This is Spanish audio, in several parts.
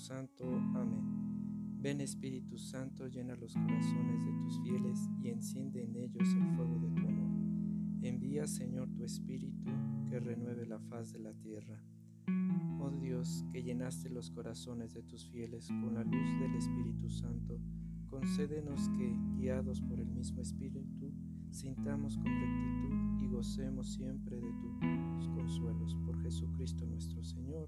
Santo. Amén. Ven Espíritu Santo, llena los corazones de tus fieles y enciende en ellos el fuego de tu amor. Envía, Señor, tu Espíritu, que renueve la faz de la tierra. Oh Dios, que llenaste los corazones de tus fieles con la luz del Espíritu Santo, concédenos que, guiados por el mismo Espíritu, sintamos con rectitud y gocemos siempre de tus consuelos. Por Jesucristo nuestro Señor.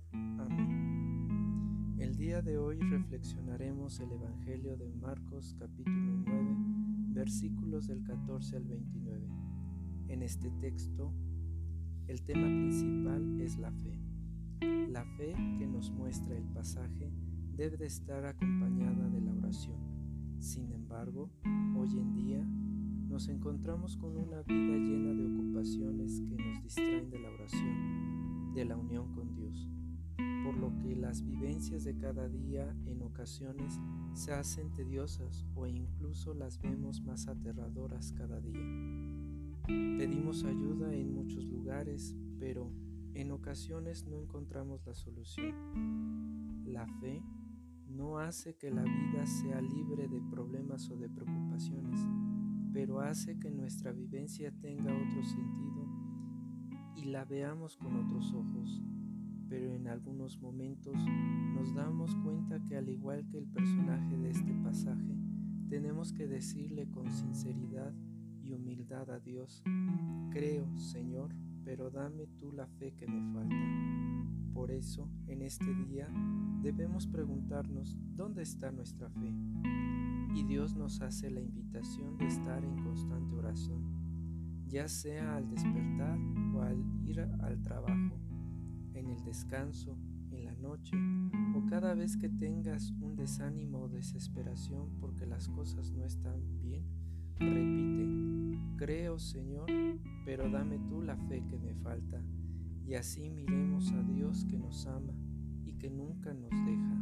Amén. El día de hoy reflexionaremos el Evangelio de Marcos capítulo 9, versículos del 14 al 29. En este texto, el tema principal es la fe. La fe que nos muestra el pasaje debe de estar acompañada de la oración. Sin embargo, hoy en día nos encontramos con una vida llena de ocupaciones que nos distraen de la oración, de la unión con Dios, por lo que las vivencias de cada día en ocasiones se hacen tediosas o incluso las vemos más aterradoras cada día. Pedimos ayuda en muchos lugares, pero en ocasiones no encontramos la solución. La fe no hace que la vida sea libre de problemas o de preocupaciones, pero hace que nuestra vivencia tenga otro sentido y la veamos con otros ojos. Pero en algunos momentos nos damos cuenta que, al igual que el personaje de este pasaje, tenemos que decirle con sinceridad y humildad a Dios: creo, Señor, pero dame tú la fe que me falta. Por eso, en este día, debemos preguntarnos ¿dónde está nuestra fe? Y Dios nos hace la invitación de estar en constante oración, ya sea al despertar o al ir al trabajo, en el descanso, en la noche o cada vez que tengas un desánimo o desesperación porque las cosas no están bien. Repite: creo, Señor, pero dame tú la fe que me falta, y así miremos a Dios que nos ama y que nunca nos deja.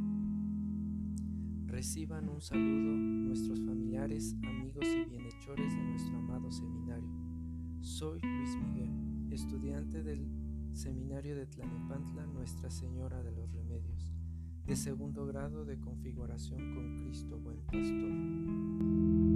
Reciban un saludo nuestros familiares, amigos y bienhechores de nuestro amado seminario. Soy Luis Miguel, estudiante del Seminario de Tlalnepantla Nuestra Señora de los Remedios, de segundo grado de Configuración con Cristo Buen Pastor.